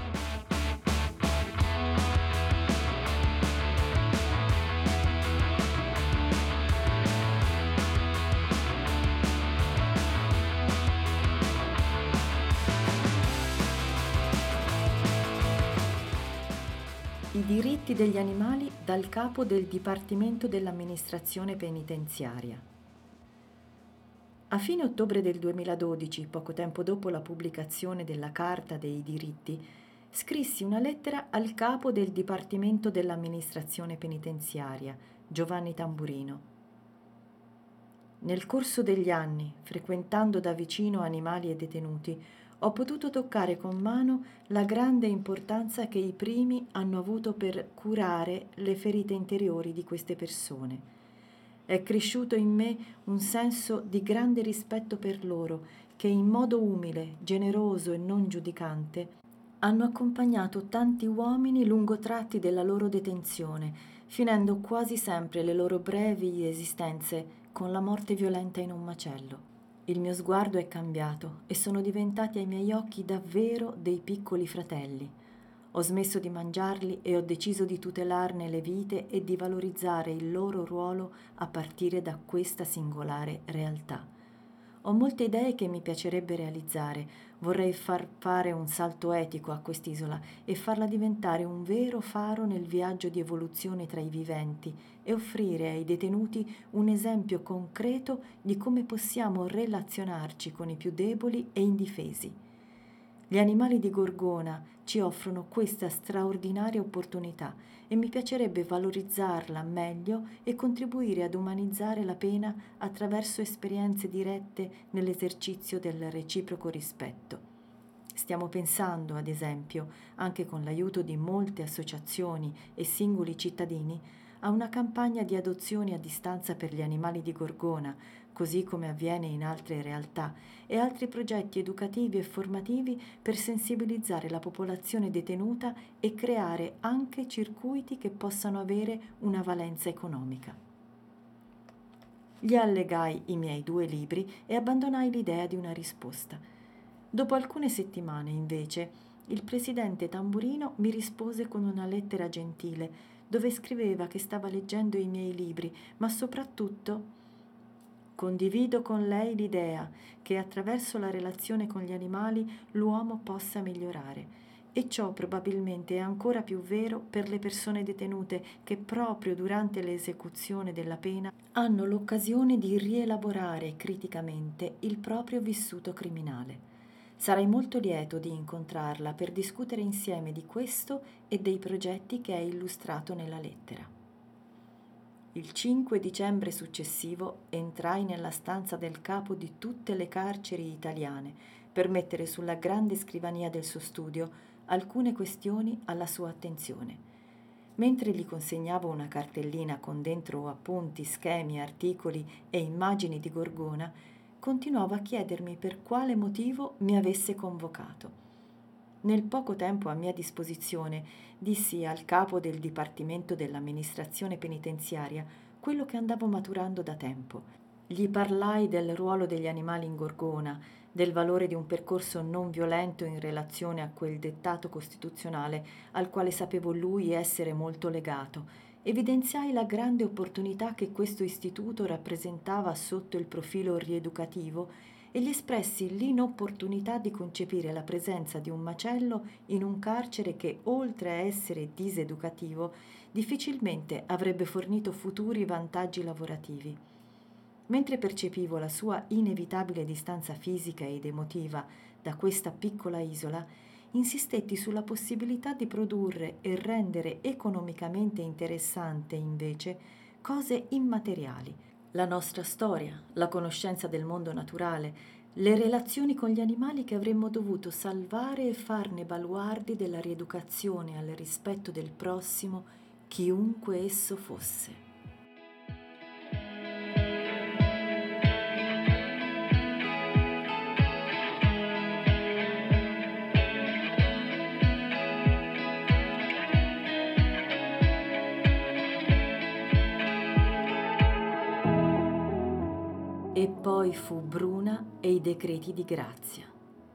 I diritti degli animali dal capo del Dipartimento dell'Amministrazione Penitenziaria. A fine ottobre del 2012, poco tempo dopo la pubblicazione della Carta dei diritti, scrissi una lettera al capo del Dipartimento dell'Amministrazione Penitenziaria, Giovanni Tamburino. Nel corso degli anni, frequentando da vicino animali e detenuti, ho potuto toccare con mano la grande importanza che i primi hanno avuto per curare le ferite interiori di queste persone. È cresciuto in me un senso di grande rispetto per loro, che in modo umile, generoso e non giudicante hanno accompagnato tanti uomini lungo tratti della loro detenzione, finendo quasi sempre le loro brevi esistenze con la morte violenta in un macello. Il mio sguardo è cambiato e sono diventati ai miei occhi davvero dei piccoli fratelli. Ho smesso di mangiarli e ho deciso di tutelarne le vite e di valorizzare il loro ruolo a partire da questa singolare realtà. Ho molte idee che mi piacerebbe realizzare. Vorrei far fare un salto etico a quest'isola e farla diventare un vero faro nel viaggio di evoluzione tra i viventi e offrire ai detenuti un esempio concreto di come possiamo relazionarci con i più deboli e indifesi. Gli animali di Gorgona ci offrono questa straordinaria opportunità e mi piacerebbe valorizzarla meglio e contribuire ad umanizzare la pena attraverso esperienze dirette nell'esercizio del reciproco rispetto. Stiamo pensando, ad esempio, anche con l'aiuto di molte associazioni e singoli cittadini, a una campagna di adozioni a distanza per gli animali di Gorgona, così come avviene in altre realtà, e altri progetti educativi e formativi per sensibilizzare la popolazione detenuta e creare anche circuiti che possano avere una valenza economica. Gli allegai i miei 2 libri e abbandonai l'idea di una risposta. Dopo alcune settimane, invece, il presidente Tamburino mi rispose con una lettera gentile, dove scriveva che stava leggendo i miei libri, ma soprattutto: condivido con lei l'idea che attraverso la relazione con gli animali l'uomo possa migliorare. E ciò probabilmente è ancora più vero per le persone detenute che proprio durante l'esecuzione della pena hanno l'occasione di rielaborare criticamente il proprio vissuto criminale. Sarai molto lieto di incontrarla per discutere insieme di questo e dei progetti che hai illustrato nella lettera. Il 5 dicembre successivo entrai nella stanza del capo di tutte le carceri italiane per mettere sulla grande scrivania del suo studio alcune questioni alla sua attenzione. Mentre gli consegnavo una cartellina con dentro appunti, schemi, articoli e immagini di Gorgona, continuavo a chiedermi per quale motivo mi avesse convocato. Nel poco tempo a mia disposizione dissi al capo del Dipartimento dell'Amministrazione Penitenziaria quello che andavo maturando da tempo. Gli parlai del ruolo degli animali in Gorgona, del valore di un percorso non violento in relazione a quel dettato costituzionale al quale sapevo lui essere molto legato. Evidenziai la grande opportunità che questo istituto rappresentava sotto il profilo rieducativo e gli espressi l'inopportunità di concepire la presenza di un macello in un carcere che, oltre a essere diseducativo, difficilmente avrebbe fornito futuri vantaggi lavorativi. Mentre percepivo la sua inevitabile distanza fisica ed emotiva da questa piccola isola, insistetti sulla possibilità di produrre e rendere economicamente interessante, invece, cose immateriali. La nostra storia, la conoscenza del mondo naturale, le relazioni con gli animali che avremmo dovuto salvare e farne baluardi della rieducazione al rispetto del prossimo, chiunque esso fosse. E poi fu Bruna e i decreti di grazia.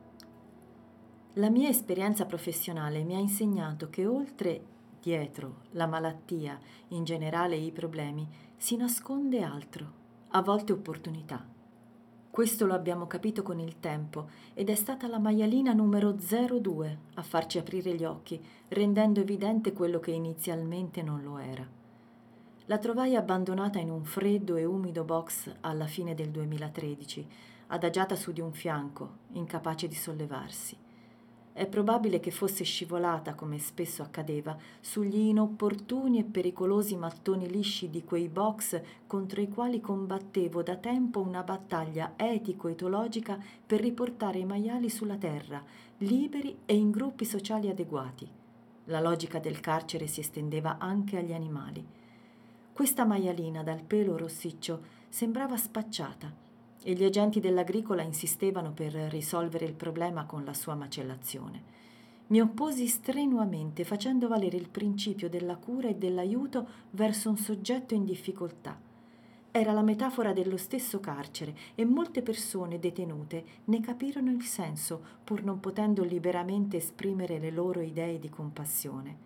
La mia esperienza professionale mi ha insegnato che dietro la malattia, in generale i problemi, si nasconde altro, a volte opportunità. Questo lo abbiamo capito con il tempo ed è stata la maialina numero 02 a farci aprire gli occhi, rendendo evidente quello che inizialmente non lo era. La trovai abbandonata in un freddo e umido box alla fine del 2013, adagiata su di un fianco, incapace di sollevarsi. È probabile che fosse scivolata, come spesso accadeva, sugli inopportuni e pericolosi mattoni lisci di quei box contro i quali combattevo da tempo una battaglia etico-etologica per riportare i maiali sulla terra, liberi e in gruppi sociali adeguati. La logica del carcere si estendeva anche agli animali. Questa maialina dal pelo rossiccio sembrava spacciata e gli agenti dell'agricola insistevano per risolvere il problema con la sua macellazione. Mi opposi strenuamente facendo valere il principio della cura e dell'aiuto verso un soggetto in difficoltà. era la metafora dello stesso carcere e molte persone detenute ne capirono il senso, pur non potendo liberamente esprimere le loro idee di compassione.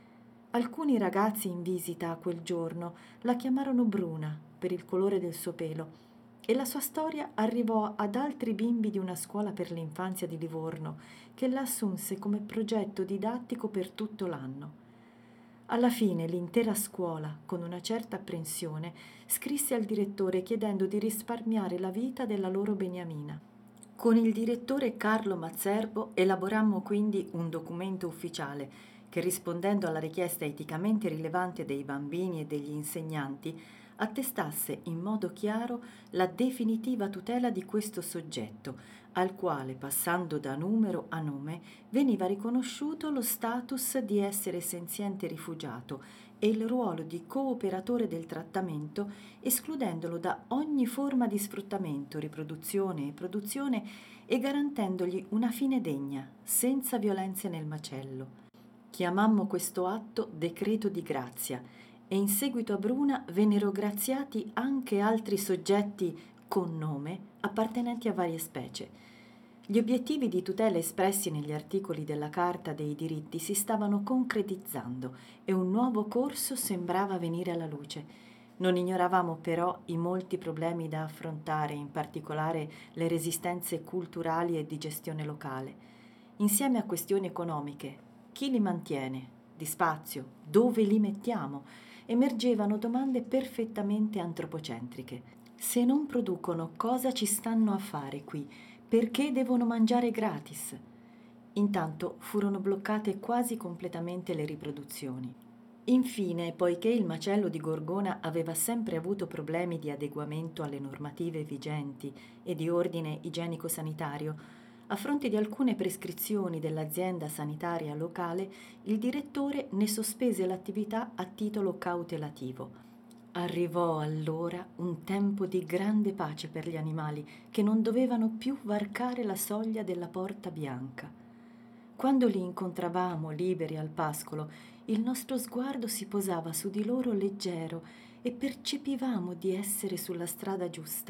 Alcuni ragazzi in visita quel giorno la chiamarono Bruna per il colore del suo pelo e la sua storia arrivò ad altri bimbi di una scuola per l'infanzia di Livorno che la assunse come progetto didattico per tutto l'anno. Alla fine l'intera scuola, con una certa apprensione, scrisse al direttore chiedendo di risparmiare la vita della loro beniamina. Con il direttore Carlo Mazzerbo elaborammo quindi un documento ufficiale che, rispondendo alla richiesta eticamente rilevante dei bambini e degli insegnanti, attestasse in modo chiaro la definitiva tutela di questo soggetto, al quale, passando da numero a nome, veniva riconosciuto lo status di essere senziente rifugiato e il ruolo di cooperatore del trattamento, escludendolo da ogni forma di sfruttamento, riproduzione e produzione e garantendogli una fine degna, senza violenze nel macello. Chiamammo questo atto decreto di grazia e in seguito a Bruna vennero graziati anche altri soggetti con nome appartenenti a varie specie. Gli obiettivi di tutela espressi negli articoli della Carta dei diritti si stavano concretizzando e un nuovo corso sembrava venire alla luce. Non ignoravamo però i molti problemi da affrontare, in particolare le resistenze culturali e di gestione locale. Insieme a questioni economiche, chi li mantiene? Di spazio? Dove li mettiamo? Emergevano domande perfettamente antropocentriche. Se non producono, cosa ci stanno a fare qui? Perché devono mangiare gratis? Intanto furono bloccate quasi completamente le riproduzioni. Infine, poiché il macello di Gorgona aveva sempre avuto problemi di adeguamento alle normative vigenti e di ordine igienico-sanitario, a fronte di alcune prescrizioni dell'azienda sanitaria locale, il direttore ne sospese l'attività a titolo cautelativo. Arrivò allora un tempo di grande pace per gli animali che non dovevano più varcare la soglia della porta bianca. Quando li incontravamo liberi al pascolo, il nostro sguardo si posava su di loro leggero e percepivamo di essere sulla strada giusta.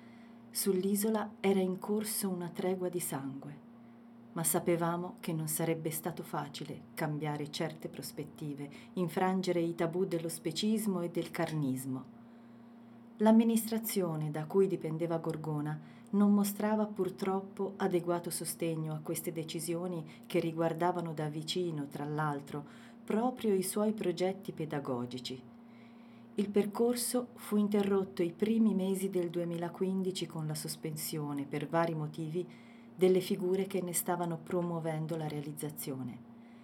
Sull'isola era in corso una tregua di sangue, ma sapevamo che non sarebbe stato facile cambiare certe prospettive, infrangere i tabù dello specismo e del carnismo. L'amministrazione da cui dipendeva Gorgona non mostrava purtroppo adeguato sostegno a queste decisioni che riguardavano da vicino, tra l'altro, proprio i suoi progetti pedagogici. Il percorso fu interrotto i primi mesi del 2015 con la sospensione, per vari motivi, delle figure che ne stavano promuovendo la realizzazione.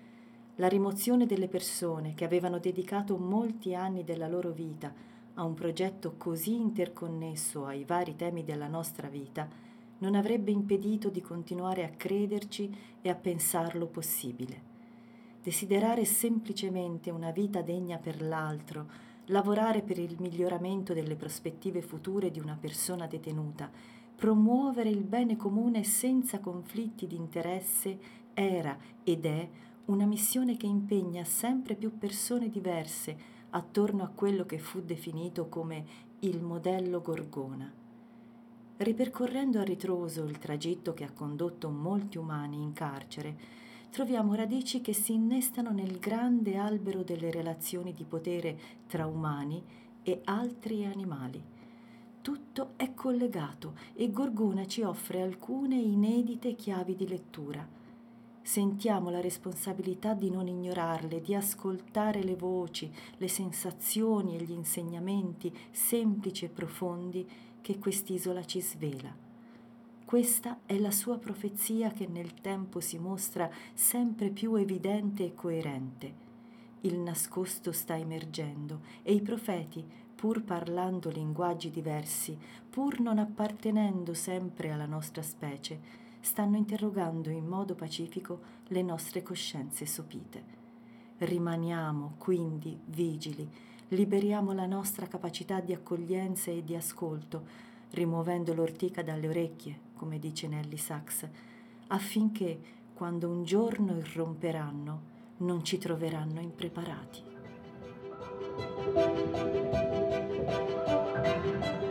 La rimozione delle persone che avevano dedicato molti anni della loro vita a un progetto così interconnesso ai vari temi della nostra vita non avrebbe impedito di continuare a crederci e a pensarlo possibile. Desiderare semplicemente una vita degna per l'altro, lavorare per il miglioramento delle prospettive future di una persona detenuta, promuovere il bene comune senza conflitti di interesse era ed è una missione che impegna sempre più persone diverse attorno a quello che fu definito come il modello Gorgona. Ripercorrendo a ritroso il tragitto che ha condotto molti umani in carcere, troviamo radici che si innestano nel grande albero delle relazioni di potere tra umani e altri animali. Tutto è collegato e Gorgona ci offre alcune inedite chiavi di lettura. Sentiamo la responsabilità di non ignorarle, di ascoltare le voci, le sensazioni e gli insegnamenti semplici e profondi che quest'isola ci svela. Questa è la sua profezia che nel tempo si mostra sempre più evidente e coerente. Il nascosto sta emergendo e i profeti, pur parlando linguaggi diversi, pur non appartenendo sempre alla nostra specie, stanno interrogando in modo pacifico le nostre coscienze sopite. Rimaniamo quindi vigili, liberiamo la nostra capacità di accoglienza e di ascolto, rimuovendo l'ortica dalle orecchie, come dice Nelly Sachs, affinché, quando un giorno irromperanno, non ci troveranno impreparati.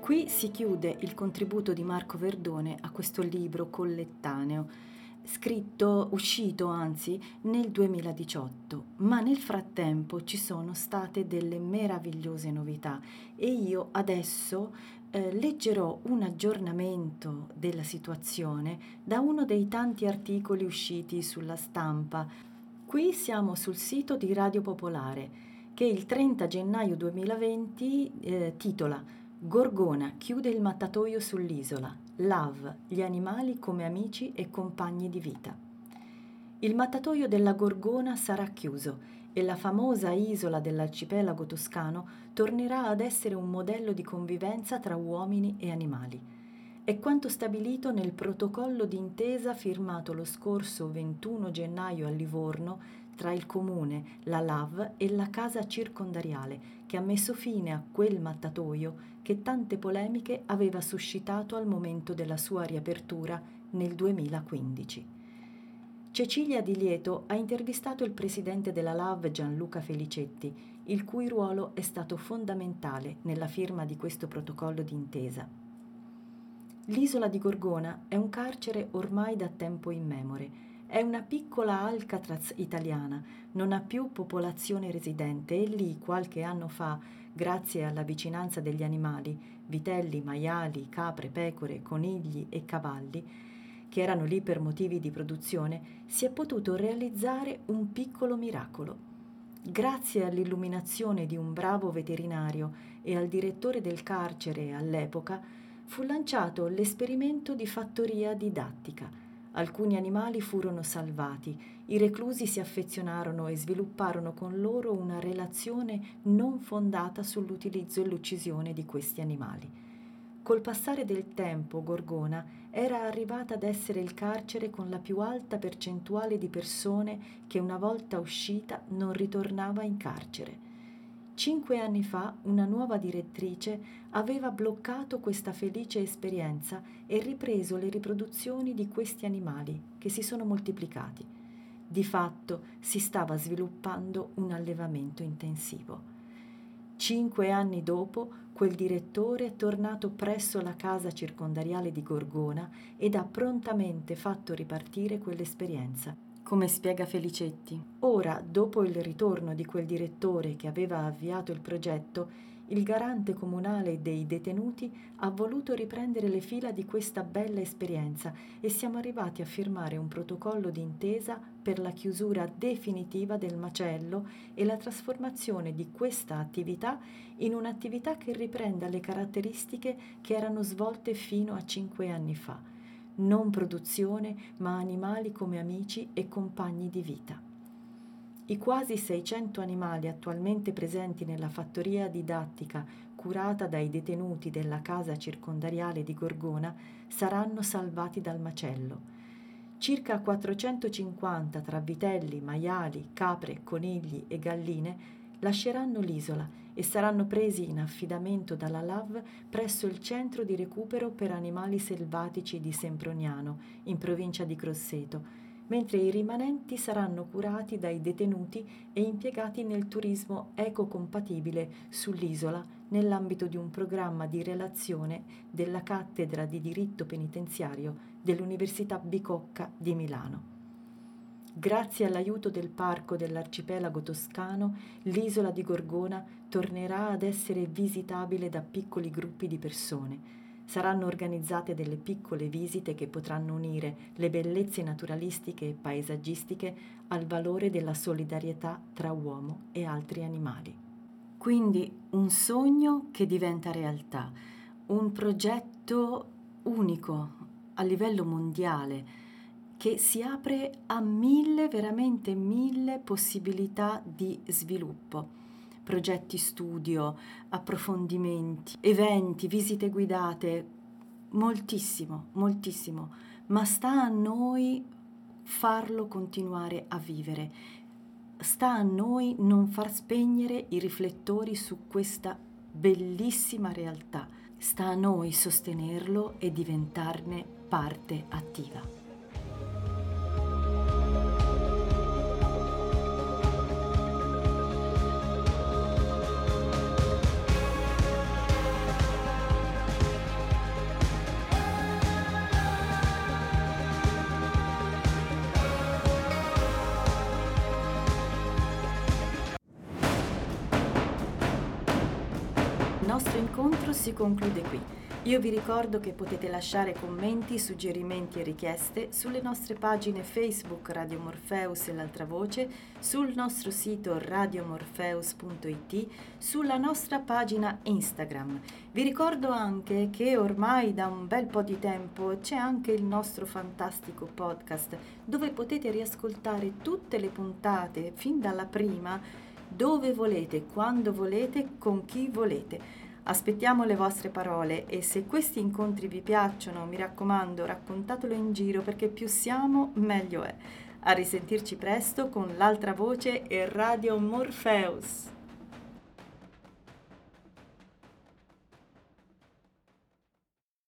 Qui si chiude il contributo di Marco Verdone a questo libro collettaneo, uscito nel 2018, ma nel frattempo ci sono state delle meravigliose novità e io adesso leggerò un aggiornamento della situazione da uno dei tanti articoli usciti sulla stampa. Qui siamo sul sito di Radio Popolare che il 30 gennaio 2020 titola Gorgona chiude il mattatoio sull'isola, Love, gli animali come amici e compagni di vita. Il mattatoio della Gorgona sarà chiuso e la famosa isola dell'arcipelago toscano tornerà ad essere un modello di convivenza tra uomini e animali. È quanto stabilito nel protocollo d'intesa firmato lo scorso 21 gennaio a Livorno tra il comune, la LAV e la casa circondariale, che ha messo fine a quel mattatoio che tante polemiche aveva suscitato al momento della sua riapertura nel 2015. Cecilia Di Lieto ha intervistato il presidente della LAV Gianluca Felicetti, il cui ruolo è stato fondamentale nella firma di questo protocollo d'intesa. L'isola di Gorgona è un carcere ormai da tempo immemore. È una piccola Alcatraz italiana, non ha più popolazione residente e lì qualche anno fa, grazie alla vicinanza degli animali, vitelli, maiali, capre, pecore, conigli e cavalli, che erano lì per motivi di produzione, si è potuto realizzare un piccolo miracolo. Grazie all'illuminazione di un bravo veterinario e al direttore del carcere all'epoca, fu lanciato l'esperimento di fattoria didattica. Alcuni animali furono salvati, i reclusi si affezionarono e svilupparono con loro una relazione non fondata sull'utilizzo e l'uccisione di questi animali. Col passare del tempo, Gorgona era arrivata ad essere il carcere con la più alta percentuale di persone che una volta uscita non ritornava in carcere. 5 anni fa una nuova direttrice aveva bloccato questa felice esperienza e ripreso le riproduzioni di questi animali che si sono moltiplicati. Di fatto si stava sviluppando un allevamento intensivo. 5 anni dopo, quel direttore è tornato presso la casa circondariale di Gorgona ed ha prontamente fatto ripartire quell'esperienza. Come spiega Felicetti, ora, dopo il ritorno di quel direttore che aveva avviato il progetto, il garante comunale dei detenuti ha voluto riprendere le fila di questa bella esperienza e siamo arrivati a firmare un protocollo d'intesa per la chiusura definitiva del macello e la trasformazione di questa attività in un'attività che riprenda le caratteristiche che erano svolte fino a 5 anni fa. Non produzione, ma animali come amici e compagni di vita. I quasi 600 animali attualmente presenti nella fattoria didattica curata dai detenuti della casa circondariale di Gorgona saranno salvati dal macello. Circa 450 tra vitelli, maiali, capre, conigli e galline lasceranno l'isola e saranno presi in affidamento dalla LAV presso il centro di recupero per animali selvatici di Semproniano, in provincia di Grosseto, mentre i rimanenti saranno curati dai detenuti e impiegati nel turismo ecocompatibile sull'isola nell'ambito di un programma di relazione della cattedra di diritto penitenziario dell'Università Bicocca di Milano. Grazie all'aiuto del Parco dell'Arcipelago Toscano, l'isola di Gorgona tornerà ad essere visitabile da piccoli gruppi di persone. Saranno organizzate delle piccole visite che potranno unire le bellezze naturalistiche e paesaggistiche al valore della solidarietà tra uomo e altri animali. Quindi un sogno che diventa realtà, un progetto unico a livello mondiale che si apre a veramente mille possibilità di sviluppo. Progetti studio, approfondimenti, eventi, visite guidate, moltissimo, moltissimo, ma sta a noi farlo continuare a vivere, sta a noi non far spegnere i riflettori su questa bellissima realtà, sta a noi sostenerlo e diventarne parte attiva. nostro incontro si conclude qui. Io vi ricordo che potete lasciare commenti, suggerimenti e richieste sulle nostre pagine Facebook Radio Morpheus e l'altra voce, sul nostro sito radiomorpheus.it, sulla nostra pagina Instagram. Vi ricordo anche che ormai da un bel po' di tempo c'è anche il nostro fantastico podcast dove potete riascoltare tutte le puntate fin dalla prima, dove volete, quando volete, con chi volete. Aspettiamo le vostre parole e se questi incontri vi piacciono, mi raccomando, raccontatelo in giro perché più siamo, meglio è. A risentirci presto con l'altra voce e Radio Morpheus.